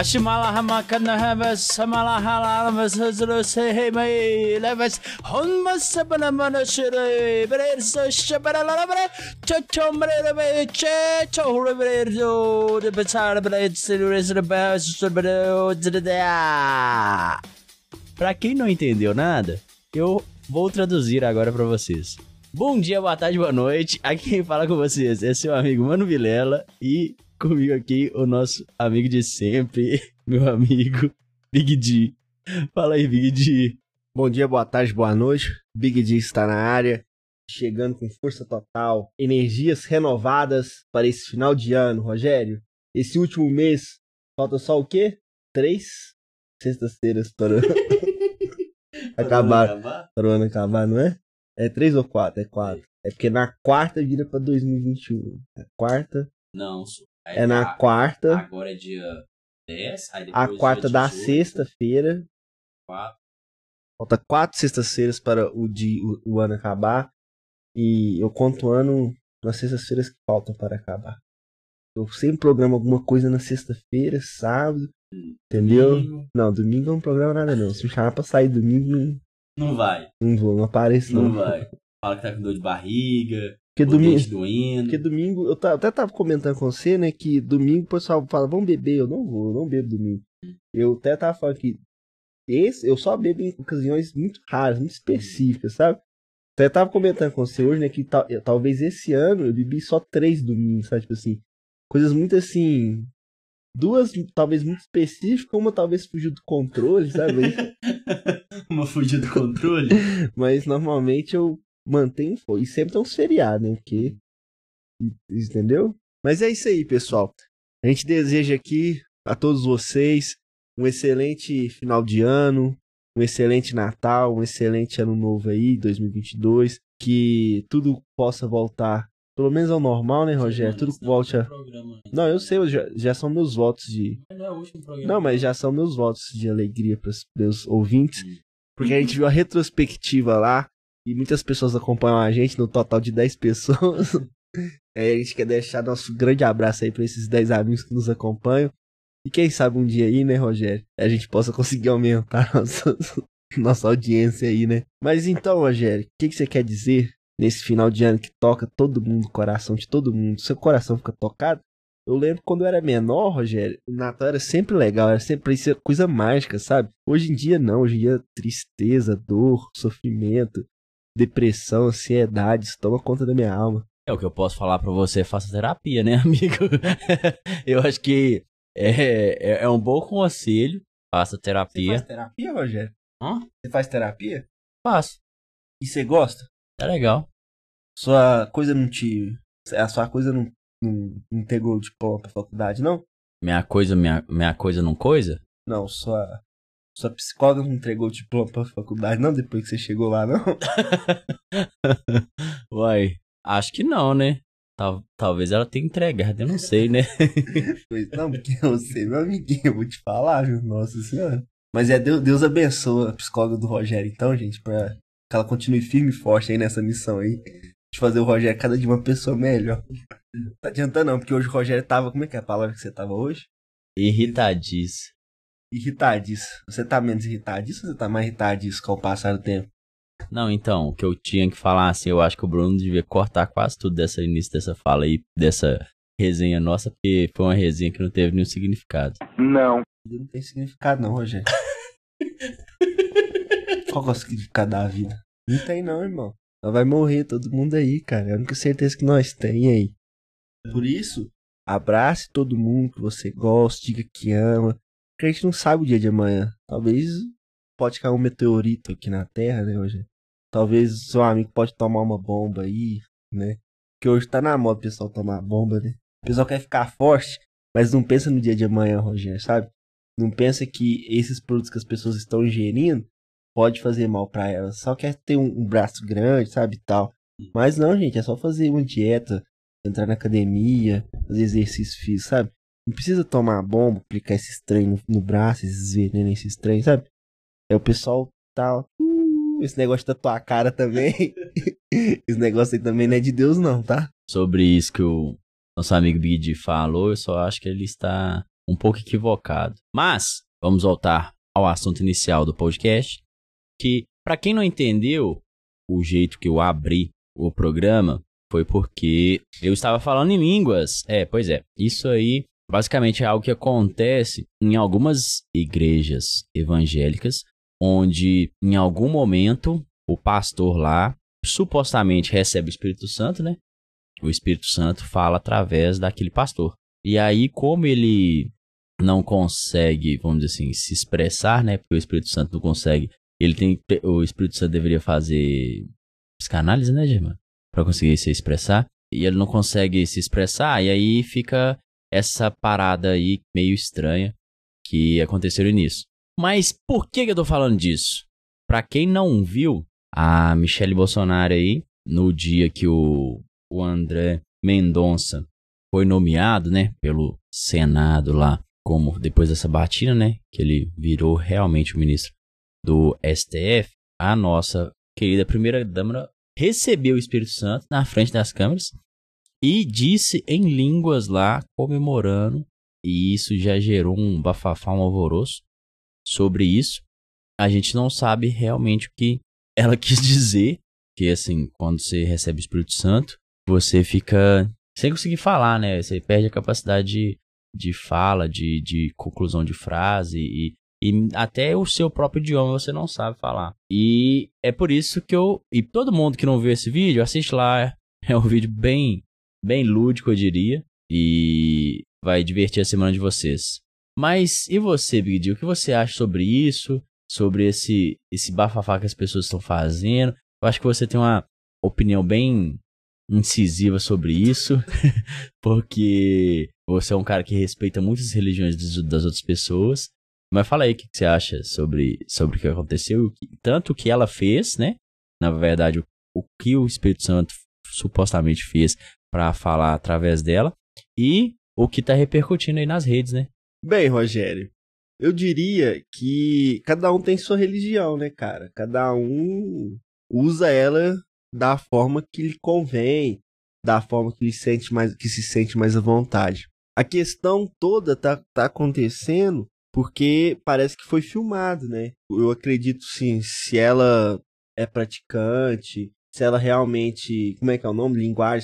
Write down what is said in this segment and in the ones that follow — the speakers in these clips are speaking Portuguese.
Pra quem não entendeu nada, eu vou traduzir agora pra vocês. Bom dia, boa tarde, boa noite. Aqui quem fala com vocês é seu amigo Mano Vilela e comigo aqui o nosso amigo de sempre, meu amigo Big D. Fala aí, Big D. Bom dia, boa tarde, boa noite. Big D está na área, chegando com força total, energias renovadas para esse final de ano, Rogério. Esse último mês, falta só o quê? 3 sextas-feiras para para o ano acabar, não é? É 3 ou 4? É 4. É porque na quarta vira pra 2021. A quarta. Não, é na quarta. Agora é dia 10. Aí depois a quarta da sexta-feira. 4. Falta 4 sextas-feiras para o ano acabar. E eu conto o ano nas sextas-feiras que faltam para acabar. Eu sempre programo alguma coisa na sexta-feira, sábado. Entendeu? Domingo. Não, domingo eu não programa nada não. Se me chamar pra sair domingo, não vai. Não vou, não apareço não. Não vai. Fala que tá com dor de barriga, porque dente doendo. Porque domingo, eu até tava comentando com você, né, que domingo o pessoal fala, vamos beber. Eu não vou, eu não bebo domingo. Eu até tava falando que eu só bebo em ocasiões muito raras, muito específicas, sabe? Até tava comentando com você hoje, né, que talvez esse ano eu bebi só 3 domingos, sabe? Tipo assim, coisas muito assim... 2 talvez muito específicas, uma talvez fugiu do controle, sabe? Uma fugiu do controle? Mas normalmente eu mantenho e sempre tem uns feriados, né? Porque, entendeu? Mas é isso aí, pessoal. A gente deseja aqui a todos vocês um excelente final de ano, um excelente Natal, um excelente ano novo aí, 2022. Que tudo possa voltar pelo menos ao normal, né, Rogério? Tudo volte a... Não, eu sei, já são meus votos de... Não, mas já são meus votos de alegria para os meus ouvintes. Porque a gente viu a retrospectiva lá e muitas pessoas acompanham a gente, no total de 10 pessoas. A gente quer deixar nosso grande abraço aí para esses 10 amigos que nos acompanham. E quem sabe um dia aí, né, Rogério, a gente possa conseguir aumentar nossa audiência aí, né? Mas então, Rogério, o que você quer dizer nesse final de ano que toca todo mundo, o coração de todo mundo, seu coração fica tocado? Eu lembro quando eu era menor, Rogério, o Natal era sempre legal, era sempre coisa mágica, sabe? Hoje em dia não, hoje em dia tristeza, dor, sofrimento, depressão, ansiedade, isso toma conta da minha alma. É o que eu posso falar pra você, faça terapia, né, amigo? Eu acho que é um bom conselho, faça terapia. Você faz terapia, Rogério? Você faz terapia? Faço. E você gosta? É legal. Sua coisa não te... A sua coisa não pegou o diploma pra faculdade, não? Minha coisa não coisa? Não, sua psicóloga não entregou o diploma pra faculdade, não? Depois que você chegou lá, não? Uai, acho que não, né? Talvez ela tenha entregado, eu não sei, né? Pois não, porque você, meu amiguinho, eu vou te falar, viu? Nossa Senhora. Mas Deus abençoe a psicóloga do Rogério, então, gente, pra que ela continue firme e forte aí nessa missão aí. De fazer o Rogério cada dia uma pessoa melhor. Não tá adiantando não, porque hoje o Rogério tava... Como é que é a palavra que você tava hoje? Irritadiço. Irritadiço. Você tá menos irritadiço ou você tá mais irritadiço com o passar do tempo? Não, então, o que eu tinha que falar, assim, eu acho que o Bruno devia cortar quase tudo dessa início dessa fala aí, dessa resenha nossa, porque foi uma resenha que não teve nenhum significado. Não tem significado não, Rogério. Qual que é o significado da vida? Não tem não, irmão. Nós vai morrer todo mundo aí, cara. É a única certeza que nós tem aí. Por isso, abrace todo mundo que você gosta, diga que ama. Porque a gente não sabe o dia de amanhã. Talvez pode cair um meteorito aqui na Terra, né, Rogério? Talvez seu amigo pode tomar uma bomba aí, né? Porque hoje tá na moda o pessoal tomar bomba, né? O pessoal quer ficar forte, mas não pensa no dia de amanhã, Rogério, sabe? Não pensa que esses produtos que as pessoas estão ingerindo pode fazer mal pra elas. Só quer ter um braço grande, sabe, tal. Mas não, gente, é só fazer uma dieta, entrar na academia, fazer exercício físico, sabe? Não precisa tomar bomba, aplicar esses treinos no braço, esses venenos, esses treinos, sabe? É o pessoal tá... esse negócio da tua cara também. Esse negócio aí também não é de Deus não, tá? Sobre isso que o nosso amigo Big D falou, eu só acho que ele está um pouco equivocado. Mas, vamos voltar ao assunto inicial do podcast, que, para quem não entendeu o jeito que eu abri o programa, foi porque eu estava falando em línguas. Pois é, isso aí basicamente é algo que acontece em algumas igrejas evangélicas, onde em algum momento o pastor lá supostamente recebe o Espírito Santo, né? O Espírito Santo fala através daquele pastor. E aí, como ele não consegue, vamos dizer assim, se expressar, né? Porque o Espírito Santo não consegue. O Espírito Santo deveria fazer psicanálise, né, Germano? Pra conseguir se expressar. E ele não consegue se expressar, e aí fica essa parada aí meio estranha que aconteceu nisso. Mas por que eu tô falando disso? Pra quem não viu, a Michelle Bolsonaro aí, no dia que o André Mendonça foi nomeado, né, pelo Senado lá, como depois dessa batida, né, que ele virou realmente o ministro do STF, a nossa querida primeira-dama recebeu o Espírito Santo na frente das câmeras e disse em línguas lá, comemorando, e isso já gerou um bafafá, um alvoroço sobre isso. A gente não sabe realmente o que ela quis dizer, que assim, quando você recebe o Espírito Santo, você fica sem conseguir falar, né? Você perde a capacidade de fala, de conclusão de frase e até o seu próprio idioma você não sabe falar. E é por isso que e todo mundo que não viu esse vídeo, assiste lá. É um vídeo bem lúdico, eu diria, e vai divertir a semana de vocês. Mas e você, Big D? O que você acha sobre isso? Sobre esse bafafá que as pessoas estão fazendo? Eu acho que você tem uma opinião bem incisiva sobre isso, porque você é um cara que respeita muitas religiões das outras pessoas. Mas fala aí o que você acha sobre o que aconteceu, tanto o que ela fez, né? Na verdade, o que o Espírito Santo supostamente fez para falar através dela, e o que tá repercutindo aí nas redes, né? Bem, Rogério, eu diria que cada um tem sua religião, né, cara? Cada um usa ela da forma que lhe convém, da forma que se sente mais à vontade. A questão toda tá acontecendo porque parece que foi filmado, né? Eu acredito, sim, se ela é praticante, se ela realmente, como é que é o nome? Linguagem,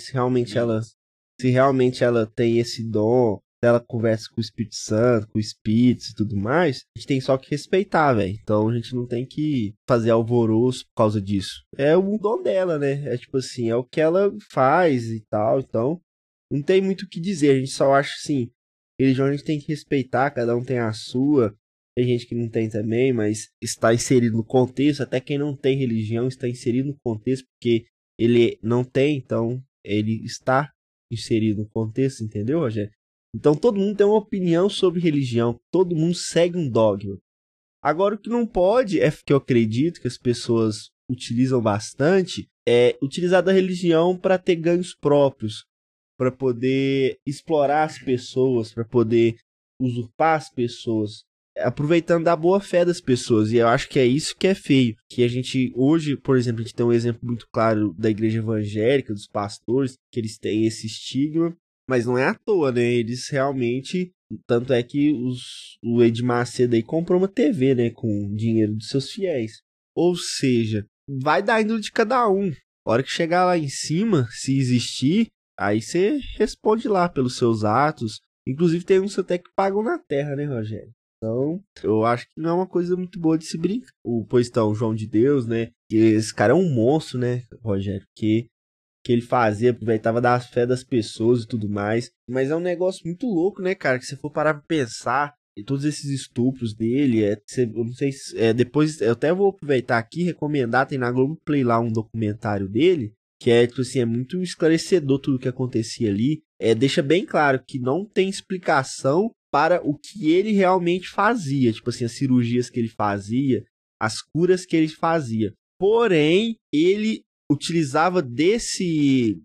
se realmente ela tem esse dom, se ela conversa com o Espírito Santo, com espíritos e tudo mais, a gente tem só que respeitar, velho. Então a gente não tem que fazer alvoroço por causa disso. É o dom dela, né? É tipo assim, é o que ela faz e tal, então não tem muito o que dizer. A gente só acha assim, religião a gente tem que respeitar, cada um tem a sua. Tem gente que não tem também, mas está inserido no contexto. Até quem não tem religião está inserido no contexto, porque ele não tem, então ele está inserido no contexto, entendeu, Rogério? Então todo mundo tem uma opinião sobre religião, todo mundo segue um dogma. Agora o que não pode, é que eu acredito que as pessoas utilizam bastante, é utilizar da religião para ter ganhos próprios, para poder explorar as pessoas, para poder usurpar as pessoas, aproveitando da boa fé das pessoas. E eu acho que é isso que é feio. Que a gente, hoje, por exemplo, a gente tem um exemplo muito claro da igreja evangélica, dos pastores, que eles têm esse estigma, mas não é à toa, né? Eles realmente, tanto é que o Edir Macedo aí comprou uma TV, né, com dinheiro dos seus fiéis. Ou seja, vai da índole de cada um. A hora que chegar lá em cima, se existir, aí você responde lá pelos seus atos. Inclusive tem uns até que pagam na terra, né, Rogério? Então, eu acho que não é uma coisa muito boa de se brincar. Pois então, o João de Deus, né? Esse cara é um monstro, né, Rogério? Que ele fazia, aproveitava da fé das pessoas e tudo mais. Mas é um negócio muito louco, né, cara? Que se for parar pra pensar, e todos esses estupros dele, eu não sei se... depois, eu até vou aproveitar aqui e recomendar, tem na Globoplay lá um documentário dele, que é, tipo assim, é muito esclarecedor tudo que acontecia ali. Deixa bem claro que não tem explicação para o que ele realmente fazia. Tipo assim, as cirurgias que ele fazia, as curas que ele fazia. Porém, ele utilizava desse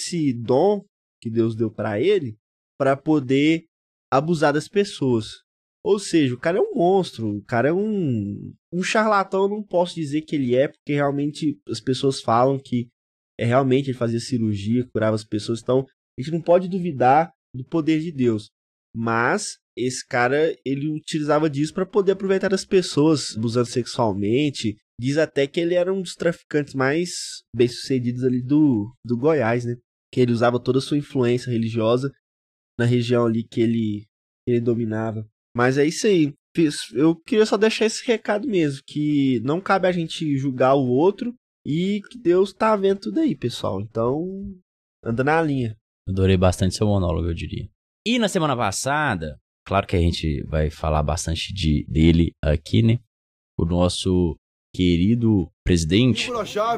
dom que Deus deu para ele para poder abusar das pessoas. Ou seja, o cara é um monstro, o cara é um charlatão. Eu não posso dizer que ele é, porque realmente as pessoas falam que realmente ele fazia cirurgia, curava as pessoas. Então a gente não pode duvidar do poder de Deus, mas esse cara, ele utilizava disso pra poder aproveitar das pessoas, abusando sexualmente. Diz até que ele era um dos traficantes mais bem-sucedidos ali do Goiás, né? Que ele usava toda a sua influência religiosa na região ali que ele dominava. Mas é isso aí. Eu queria só deixar esse recado mesmo, que não cabe a gente julgar o outro e que Deus tá vendo tudo aí, pessoal. Então, anda na linha. Adorei bastante seu monólogo, eu diria. E na semana passada, claro que a gente vai falar bastante dele aqui, né? O nosso querido presidente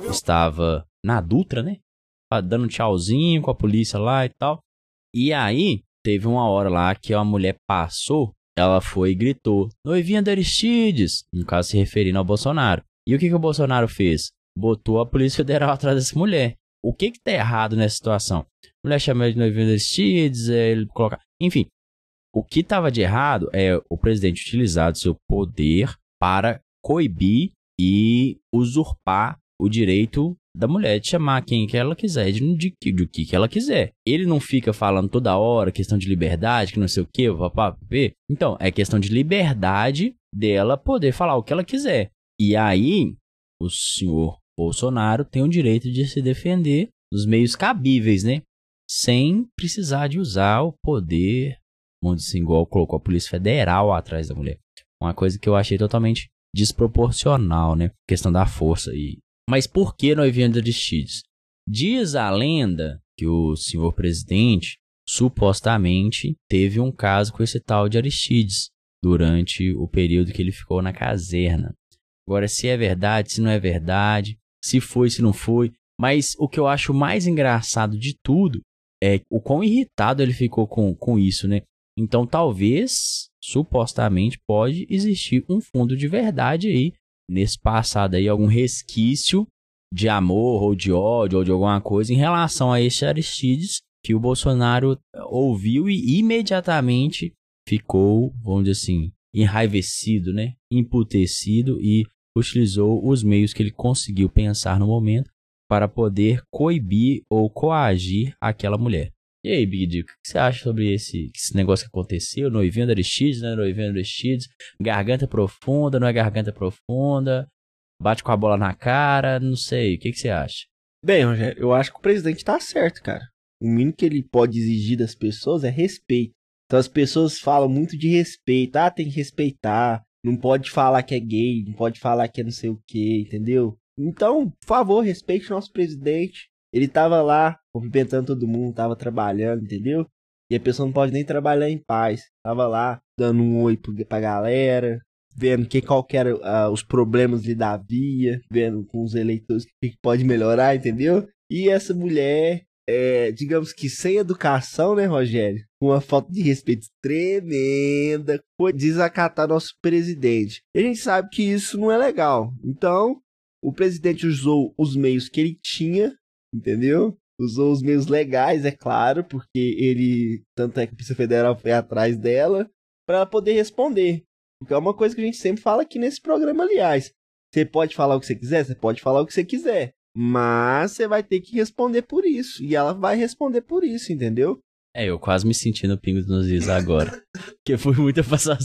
estava na Dutra, né? Dando tchauzinho com a polícia lá e tal. E aí, teve uma hora lá que a mulher passou, ela foi e gritou: "Noivinha da Aristides", no caso se referindo ao Bolsonaro. E o que o Bolsonaro fez? Botou a Polícia Federal atrás dessa mulher. O que tá errado nessa situação? A mulher chama ele de noivinha da Aristides, ele coloca... Enfim, o que tava de errado é o presidente utilizar seu poder para coibir e usurpar o direito da mulher de chamar quem que ela quiser, de que ela quiser. Ele não fica falando toda hora questão de liberdade, que não sei o que, papá. Então, é questão de liberdade dela poder falar o que ela quiser. E aí, o senhor Bolsonaro tem o direito de se defender dos meios cabíveis, né? Sem precisar de usar o poder, vamos dizer assim, igual colocou a Polícia Federal atrás da mulher. Uma coisa que eu achei totalmente desproporcional, né? Questão da força aí. Mas por que noivinha de Aristides? Diz a lenda que o senhor presidente supostamente teve um caso com esse tal de Aristides durante o período que ele ficou na caserna. Agora, se é verdade, se não é verdade, se foi, se não foi. Mas o que eu acho mais engraçado de tudo é o quão irritado ele ficou com isso, né? Então, talvez, supostamente, pode existir um fundo de verdade aí, nesse passado aí, algum resquício de amor ou de ódio ou de alguma coisa em relação a esse Aristides que o Bolsonaro ouviu e imediatamente ficou, vamos dizer assim, enraivecido, né? Emputecido e utilizou os meios que ele conseguiu pensar no momento para poder coibir ou coagir aquela mulher. E aí, Big D, o que você acha sobre esse negócio que aconteceu? Noivinho da Aristides, né? Noivinho da Aristides, garganta profunda, não é garganta profunda, bate com a bola na cara, não sei, o que você acha? Bem, Rogério, eu acho que o presidente tá certo, cara. O mínimo que ele pode exigir das pessoas é respeito. Então as pessoas falam muito de respeito. Ah, tem que respeitar. Não pode falar que é gay, não pode falar que é não sei o que, entendeu? Então, por favor, respeite o nosso presidente. Ele tava lá, cumprimentando todo mundo, tava trabalhando, entendeu? E a pessoa não pode nem trabalhar em paz. Tava lá, dando um oi pra galera, vendo qual que era os problemas ali da via, vendo com os eleitores o que pode melhorar, entendeu? E essa mulher, digamos que sem educação, né, Rogério? Com uma falta de respeito tremenda, foi desacatar nosso presidente. E a gente sabe que isso não é legal. Então, o presidente usou os meios que ele tinha, entendeu? Usou os meios legais, é claro, porque ele, tanto é que a Polícia Federal foi atrás dela, para ela poder responder. Porque é uma coisa que a gente sempre fala aqui nesse programa, aliás. Você pode falar o que você quiser, você pode falar o que você quiser. Mas você vai ter que responder por isso. E ela vai responder por isso, entendeu? Eu quase me senti no pingo dos is agora. Porque foi muita passação.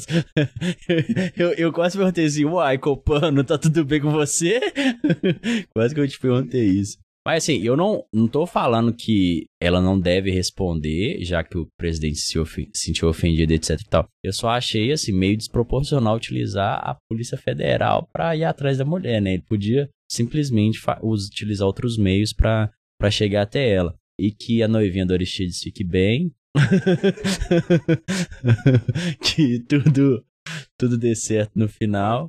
eu quase perguntei assim, uai, Copano, tá tudo bem com você? Quase que eu te perguntei isso. Mas assim, eu não tô falando que ela não deve responder, já que o presidente se sentiu ofendido, etc e tal. Eu só achei, assim, meio desproporcional utilizar a Polícia Federal pra ir atrás da mulher, né? Ele podia simplesmente utilizar outros meios pra chegar até ela. E que a noivinha do Aristides fique bem. Que tudo dê certo no final.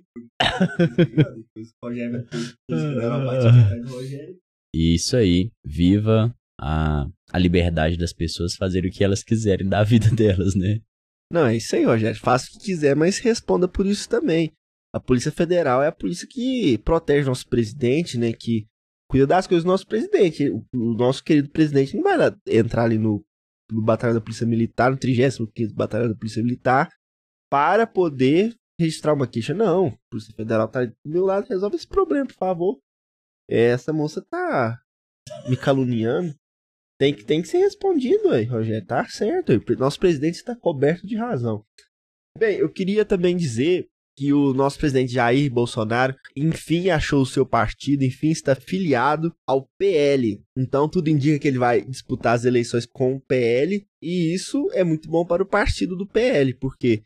Isso aí. Viva a liberdade das pessoas fazerem o que elas quiserem da vida delas, né? Não, é isso aí, Rogério. Faça o que quiser, mas responda por isso também. A Polícia Federal é a polícia que protege nosso presidente, né? Que cuida das coisas do nosso presidente. O nosso querido presidente não vai entrar ali no batalhão da Polícia Militar, no 35º Batalhão da Polícia Militar, para poder registrar uma queixa. Não, a Polícia Federal tá do meu lado, resolve esse problema, por favor. Essa moça tá me caluniando. Tem que ser respondido aí, Rogério. Tá certo. Nosso presidente está coberto de razão. Bem, eu queria também dizer que o nosso presidente Jair Bolsonaro, enfim, achou o seu partido, enfim, está filiado ao PL. Então, tudo indica que ele vai disputar as eleições com o PL, e isso é muito bom para o partido do PL, porque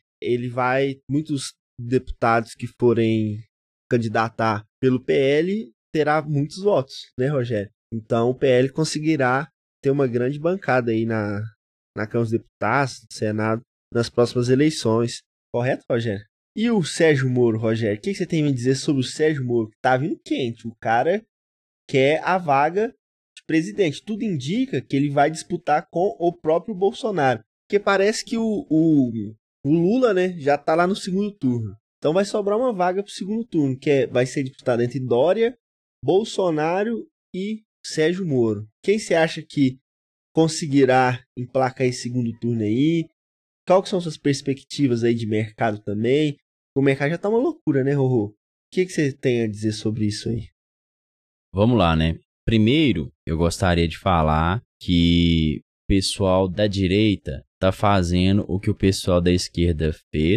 muitos deputados que forem candidatar pelo PL terá muitos votos, né, Rogério? Então, o PL conseguirá ter uma grande bancada aí na Câmara dos Deputados, no Senado, nas próximas eleições. Correto, Rogério? E o Sérgio Moro, Rogério? O que você tem a me dizer sobre o Sérgio Moro? Tá vindo quente. O cara quer a vaga de presidente. Tudo indica que ele vai disputar com o próprio Bolsonaro. Porque parece que o Lula, né, já tá lá no segundo turno. Então vai sobrar uma vaga pro segundo turno, que vai ser disputada entre Dória, Bolsonaro e Sérgio Moro. Quem você acha que conseguirá emplacar esse segundo turno aí? Quais são suas perspectivas aí de mercado também? O mercado já tá uma loucura, né, Rorô? O que você tem a dizer sobre isso aí? Vamos lá, né? Primeiro, eu gostaria de falar que o pessoal da direita tá fazendo o que o pessoal da esquerda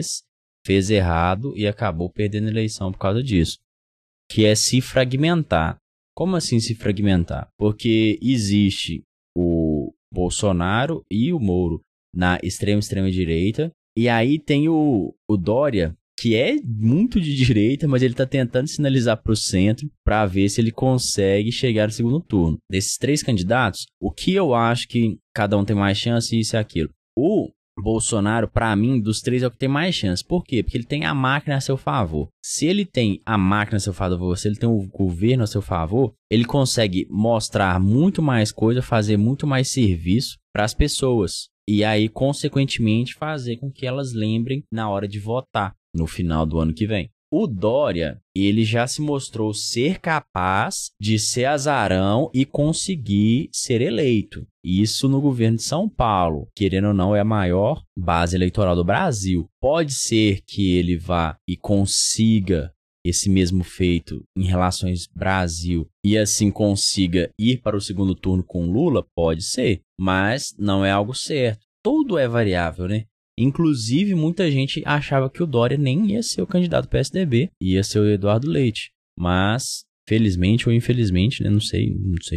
fez errado e acabou perdendo a eleição por causa disso, que é se fragmentar. Como assim se fragmentar? Porque existe o Bolsonaro e o Moro na extrema direita, e aí tem o Dória, que é muito de direita, mas ele tá tentando sinalizar pro centro para ver se ele consegue chegar no segundo turno. Desses 3 candidatos, o que eu acho que cada um tem mais chance, isso e aquilo. O Bolsonaro, para mim, dos 3 é o que tem mais chance. Por quê? Porque ele tem a máquina a seu favor. Se ele tem a máquina a seu favor, se ele tem o governo a seu favor, ele consegue mostrar muito mais coisa, fazer muito mais serviço para as pessoas. E aí, consequentemente, fazer com que elas lembrem na hora de votar no final do ano que vem. O Dória, ele já se mostrou ser capaz de ser azarão e conseguir ser eleito. Isso no governo de São Paulo, querendo ou não, é a maior base eleitoral do Brasil. Pode ser que ele vá e consiga esse mesmo feito em relações Brasil e assim consiga ir para o segundo turno com Lula? Pode ser, mas não é algo certo. Tudo é variável, né? Inclusive, muita gente achava que o Dória nem ia ser o candidato do PSDB, ia ser o Eduardo Leite. Mas, felizmente ou infelizmente, né? Não sei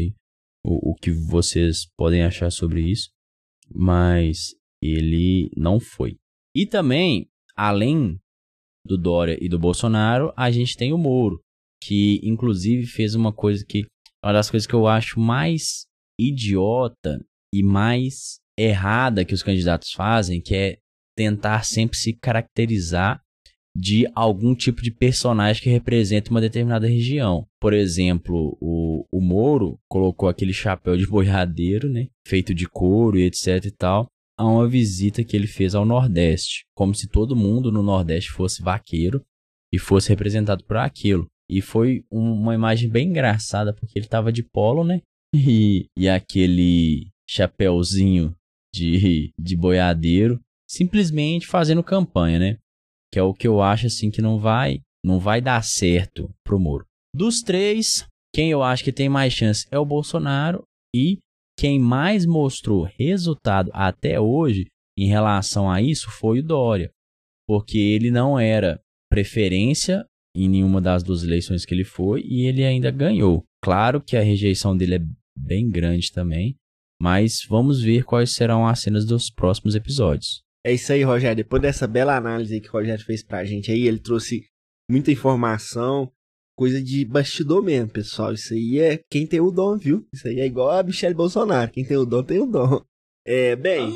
o que vocês podem achar sobre isso, mas ele não foi. E também, além do Dória e do Bolsonaro, a gente tem o Moro, que inclusive fez uma coisa que, uma das coisas que eu acho mais idiota e mais errada que os candidatos fazem, que é tentar sempre se caracterizar de algum tipo de personagem que representa uma determinada região. Por exemplo, o Moro colocou aquele chapéu de boiadeiro, né, feito de couro e etc e tal, a uma visita que ele fez ao Nordeste, como se todo mundo no Nordeste fosse vaqueiro e fosse representado por aquilo. E foi uma imagem bem engraçada, porque ele estava de polo, né, e aquele chapéuzinho de boiadeiro, simplesmente fazendo campanha, né? Que é o que eu acho assim que não vai dar certo pro Moro. Dos 3, quem eu acho que tem mais chance é o Bolsonaro, e quem mais mostrou resultado até hoje em relação a isso foi o Dória, porque ele não era preferência em nenhuma das 2 eleições que ele foi e ele ainda ganhou. Claro que a rejeição dele é bem grande também, mas vamos ver quais serão as cenas dos próximos episódios. É isso aí, Rogério. Depois dessa bela análise aí que o Rogério fez pra gente aí, ele trouxe muita informação, coisa de bastidor mesmo, pessoal. Isso aí é quem tem o dom, viu? Isso aí é igual a Michelle Bolsonaro. Quem tem o dom, tem o dom. Bem,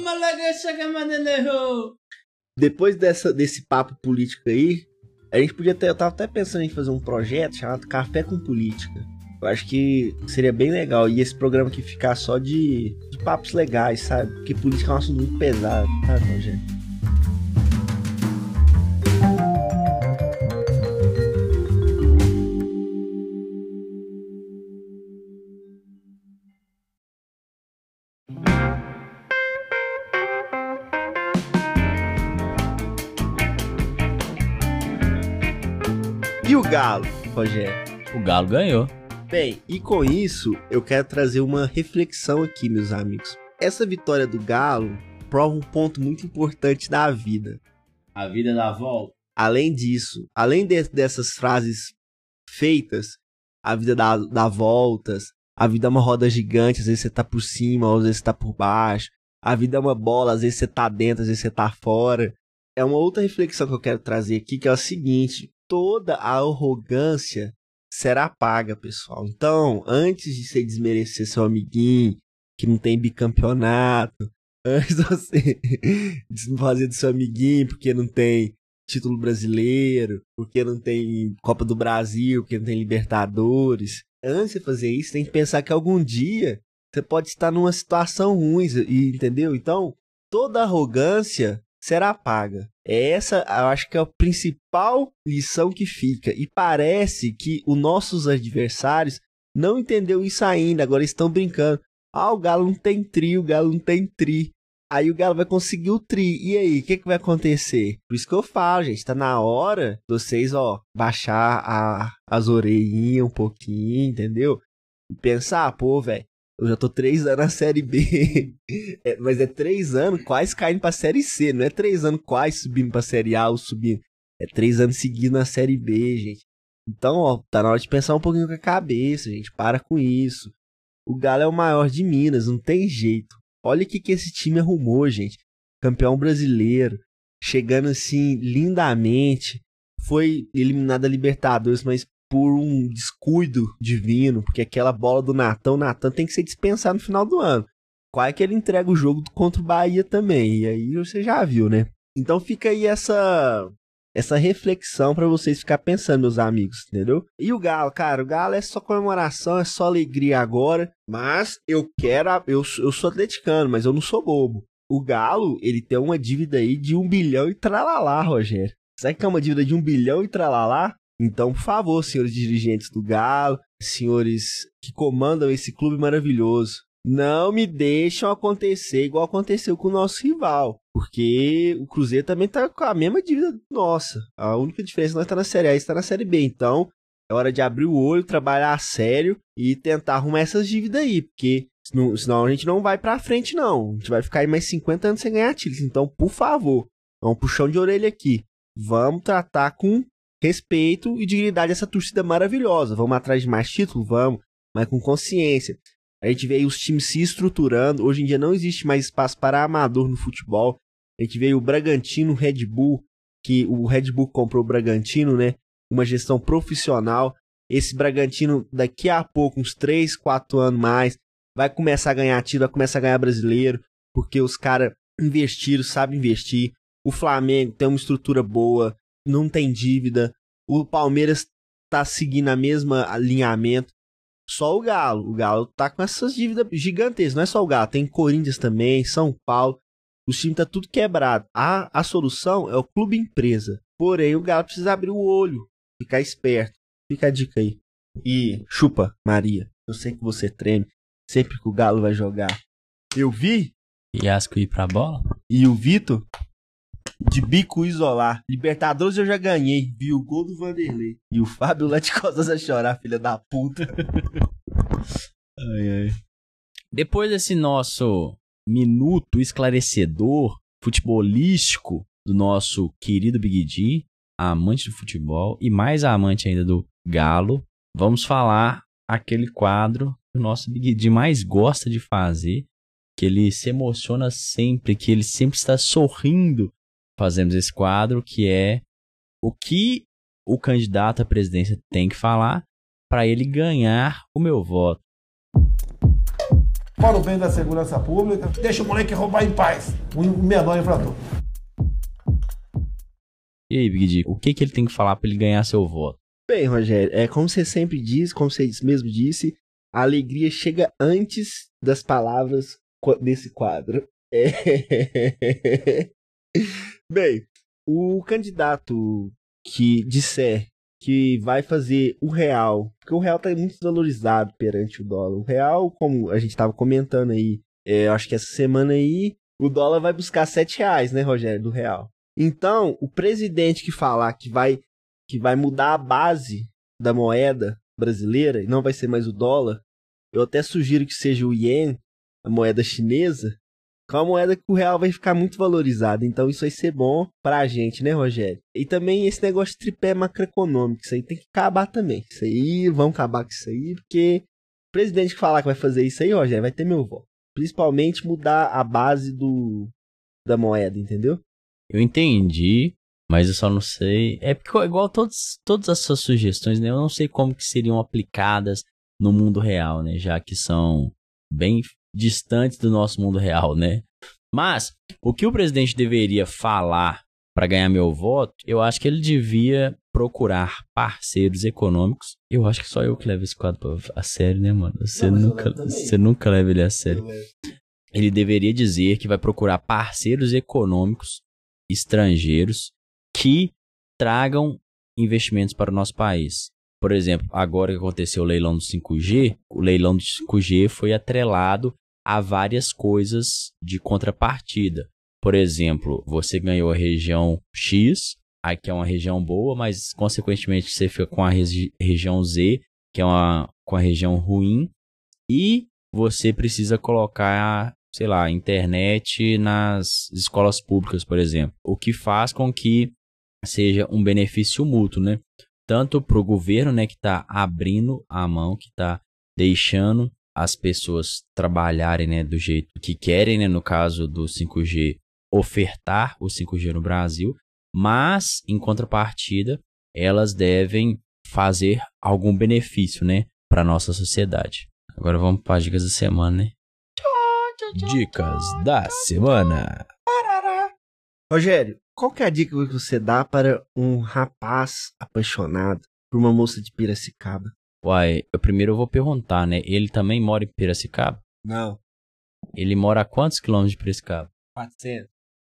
depois desse papo político aí, a gente podia eu tava até pensando em fazer um projeto chamado Café com Política. Eu acho que seria bem legal. E esse programa aqui ficar só de papos legais, sabe? Porque política é um assunto muito pesado, sabe, Rogério? E o Galo, Rogério? O Galo ganhou. Bem, e com isso, eu quero trazer uma reflexão aqui, meus amigos. Essa vitória do Galo prova um ponto muito importante da vida. A vida dá volta. Além disso, além dessas frases feitas, a vida dá voltas, a vida é uma roda gigante, às vezes você tá por cima, às vezes você tá por baixo, a vida é uma bola, às vezes você tá dentro, às vezes você tá fora. É uma outra reflexão que eu quero trazer aqui, que é o seguinte: toda a arrogância será paga, pessoal. Então, antes de você desmerecer seu amiguinho, que não tem bicampeonato, antes de você fazer do seu amiguinho porque não tem título brasileiro, porque não tem Copa do Brasil, porque não tem Libertadores, antes de você fazer isso, tem que pensar que algum dia você pode estar numa situação ruim, entendeu? Então, toda arrogância será paga. Essa, eu acho que é a principal lição que fica. E parece que os nossos adversários não entenderam isso ainda. Agora estão brincando. O Galo não tem tri, o Galo não tem tri. Aí o Galo vai conseguir o tri. E aí, o que vai acontecer? Por isso que eu falo, gente. Tá na hora de vocês, baixar as orelhinhas um pouquinho, entendeu? E pensar, pô, velho, eu já tô 3 anos na Série B. Mas é 3 anos quase caindo pra Série C. Não é 3 anos quase subindo pra Série A ou subindo. É 3 anos seguindo na Série B, gente. Então, tá na hora de pensar um pouquinho com a cabeça, gente. Para com isso. O Galo é o maior de Minas, não tem jeito. Olha o que esse time arrumou, gente. Campeão brasileiro. Chegando assim, lindamente. Foi eliminado da Libertadores, mas por um descuido divino, porque aquela bola do Natan, o Natan tem que ser dispensado no final do ano. Quase que ele entrega o jogo contra o Bahia também, e aí você já viu, né? Então fica aí essa reflexão pra vocês ficar pensando, meus amigos, entendeu? E o Galo, cara, o Galo é só comemoração, é só alegria agora, mas eu sou atleticano, mas eu não sou bobo. O Galo, ele tem uma dívida aí de 1 bilhão e tralalá, Rogério. Sabe que é uma dívida de 1 bilhão e tralalá? Então, por favor, senhores dirigentes do Galo, senhores que comandam esse clube maravilhoso, não me deixam acontecer igual aconteceu com o nosso rival. Porque o Cruzeiro também tá com a mesma dívida nossa. A única diferença é que nós tá na Série A e está na Série B. Então, é hora de abrir o olho, trabalhar a sério e tentar arrumar essas dívidas aí. Porque senão a gente não vai pra frente, não. A gente vai ficar aí mais 50 anos sem ganhar títulos. Então, por favor, vamos puxão de orelha aqui. Vamos tratar com respeito e dignidade essa torcida maravilhosa. Vamos atrás de mais títulos? Vamos, mas com consciência. A gente vê aí os times se estruturando. Hoje em dia não existe mais espaço para amador no futebol. A gente vê o Bragantino, o Red Bull, que o Red Bull comprou o Bragantino, né? Uma gestão profissional. Esse Bragantino, daqui a pouco, uns 3, 4 anos mais, vai começar a ganhar título, vai começar a ganhar brasileiro, porque os caras investiram, sabem investir. O Flamengo tem uma estrutura boa, não tem dívida. O Palmeiras tá seguindo a mesma alinhamento. Só o Galo. O Galo tá com essas dívidas gigantescas. Não é só o Galo, tem Corinthians também, São Paulo. Os times tá tudo quebrado. A solução é o clube empresa. Porém, o Galo precisa abrir o olho, ficar esperto. Fica a dica aí. E chupa, Maria. Eu sei que você treme sempre que o Galo vai jogar. Eu vi. Fiasco ir pra bola? E o Vitor de bico isolar. Libertadores eu já ganhei. Vi o gol do Vanderlei. E o Fábio lá de costas a chorar, filha da puta. Ai, ai. Depois desse nosso minuto esclarecedor, futebolístico, do nosso querido Big D, amante do futebol e mais amante ainda do Galo, vamos falar aquele quadro que o nosso Big D mais gosta de fazer, que ele se emociona sempre, que ele sempre está sorrindo. Fazemos esse quadro, que é o que o candidato à presidência tem que falar para ele ganhar o meu voto. Para o bem da segurança pública, deixa o moleque roubar em paz, o menor infrator. E aí, Big D, o que ele tem que falar para ele ganhar seu voto? Bem, Rogério, como você sempre diz, como você mesmo disse, a alegria chega antes das palavras desse quadro. Bem, o candidato que disser que vai fazer o real, porque o real está muito desvalorizado perante o dólar. O real, como a gente estava comentando aí, acho que essa semana aí, o dólar vai buscar R$7, né, Rogério, do real. Então, o presidente que falar que vai mudar a base da moeda, brasileira e não vai ser mais o dólar, eu até sugiro que seja o iene, a moeda chinesa, que é uma moeda que o real vai ficar muito valorizado. Então isso vai ser bom pra gente, né, Rogério? E também esse negócio de tripé macroeconômico, isso aí tem que acabar também. Isso aí, vamos acabar com isso aí, porque o presidente que falar que vai fazer isso aí, Rogério, vai ter meu voto. Principalmente mudar a base da moeda, entendeu? Eu entendi, mas eu só não sei. É porque igual todas as suas sugestões, né? Eu não sei como que seriam aplicadas no mundo real, né? Já que são bem distantes do nosso mundo real, né? Mas o que o presidente deveria falar para ganhar meu voto, eu acho que ele devia procurar parceiros econômicos. Eu acho que só eu que levo esse quadro a sério, né, mano? Você nunca leva ele a sério. Ele deveria dizer que vai procurar parceiros econômicos estrangeiros que tragam investimentos para o nosso país. Por exemplo, agora que aconteceu o leilão do 5G, o leilão do 5G foi atrelado a várias coisas de contrapartida. Por exemplo, você ganhou a região X, que é uma região boa, mas consequentemente você fica com a região Z, que é com a região ruim, e você precisa colocar, sei lá, internet nas escolas públicas, por exemplo. O que faz com que seja um benefício mútuo, né? Tanto para o governo, né, que está abrindo a mão, que está deixando as pessoas trabalharem, né, do jeito que querem, né, no caso do 5G, ofertar o 5G no Brasil, mas, em contrapartida, elas devem fazer algum benefício, né, para a nossa sociedade. Agora vamos para as dicas da semana, né? Dicas da semana. Rogério, qual que é a dica que você dá para um rapaz apaixonado por uma moça de Piracicaba? Uai, primeiro eu vou perguntar, né? Ele também mora em Piracicaba? Não. Ele mora a quantos quilômetros de Piracicaba? 400.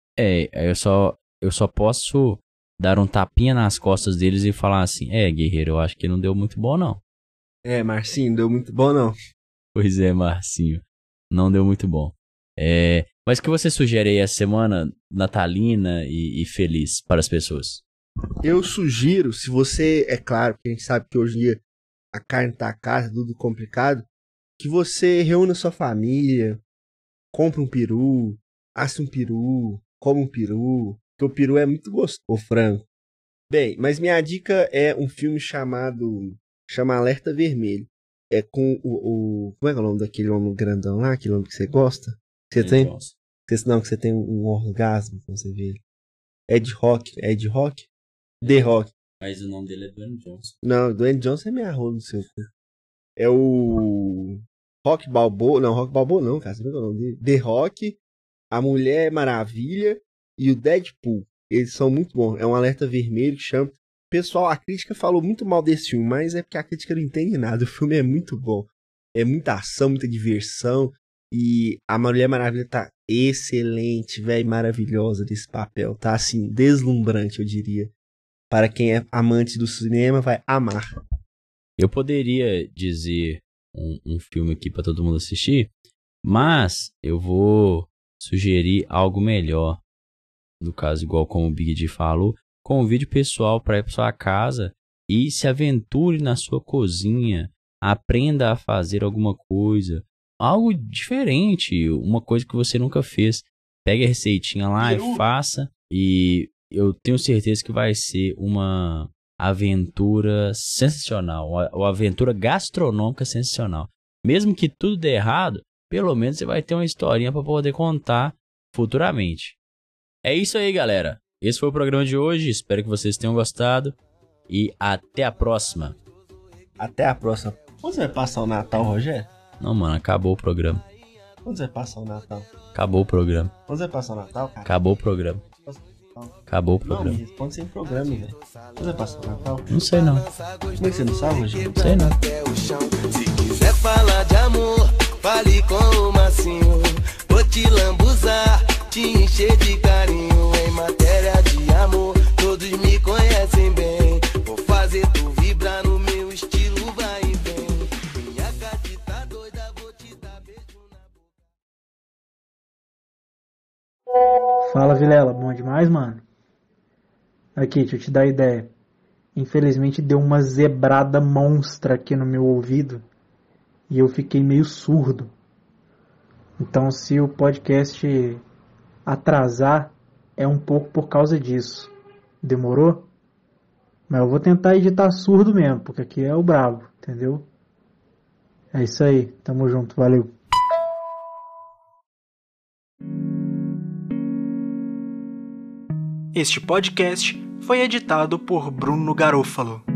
Eu só posso dar um tapinha nas costas deles e falar assim, guerreiro, eu acho que não deu muito bom, não. Marcinho, deu muito bom, não? Pois é, Marcinho, não deu muito bom. Mas o que você sugere aí essa semana natalina e feliz para as pessoas? Eu sugiro, se você, é claro, que a gente sabe que hoje em dia a carne tá cara, tudo complicado, que você reúna sua família, compre um peru, asse um peru, come um peru, porque o peru é muito gostoso, o frango. Bem, mas minha dica é um filme chama Alerta Vermelho. É com como é que é o nome daquele homem grandão lá, aquele homem que você gosta? Que você tem? Que você tem um orgasmo quando você vê ele. Ed Rock? The Rock. Mas o nome dele é Dwayne Johnson. Não, Dwayne Johnson é minha rola no seu cu. É o Rock Balboa. Não, Rock Balboa não, cara. Você não é o nome dele. The Rock, a Mulher Maravilha e o Deadpool. Eles são muito bons. É um alerta vermelho que chama. Pessoal, a crítica falou muito mal desse filme, mas é porque a crítica não entende nada. O filme é muito bom. É muita ação, muita diversão. E a Mulher Maravilha tá excelente, velho, maravilhosa desse papel. Tá, assim, deslumbrante, eu diria. Para quem é amante do cinema, vai amar. Eu poderia dizer um filme aqui para todo mundo assistir, mas eu vou sugerir algo melhor. No caso, igual como o Big D falou, convide o pessoal para ir para sua casa e se aventure na sua cozinha. Aprenda a fazer alguma coisa. Algo diferente, uma coisa que você nunca fez. Pegue a receitinha lá e faça. E eu tenho certeza que vai ser uma aventura sensacional. Uma aventura gastronômica sensacional. Mesmo que tudo dê errado, pelo menos você vai ter uma historinha para poder contar futuramente. É isso aí, galera. Esse foi o programa de hoje. Espero que vocês tenham gostado. E até a próxima. Até a próxima. Quando você vai passar o Natal, Rogério? Não, mano, acabou o programa. Quando você vai passar o Natal? Acabou o programa. Quando você vai passar o Natal, cara? Acabou o programa. Acabou o programa. Não, me responde sem programa, velho. Quando você vai passar o Natal? Não sei não. Como é que você não sabe, Rogério? Sei não. Se quiser falar de amor, fale com o Massinho. Vou te lambuzar, te encher de carinho. Em matéria de amor, todos me conhecem bem. Vou fazer tu vibrar no meu estilo, vai e vem. Minha gatita doida, vou te dar beijo na boca. Fala, Vilela, bom demais, mano? Aqui, deixa eu te dar ideia. infelizmente deu uma zebrada monstra aqui no meu ouvido e eu fiquei meio surdo. Então, se o podcast atrasar, é um pouco por causa disso. Demorou? Mas eu vou tentar editar surdo mesmo, porque aqui é o brabo, entendeu? É isso aí, tamo junto, valeu. Este podcast foi editado por Bruno Garofalo.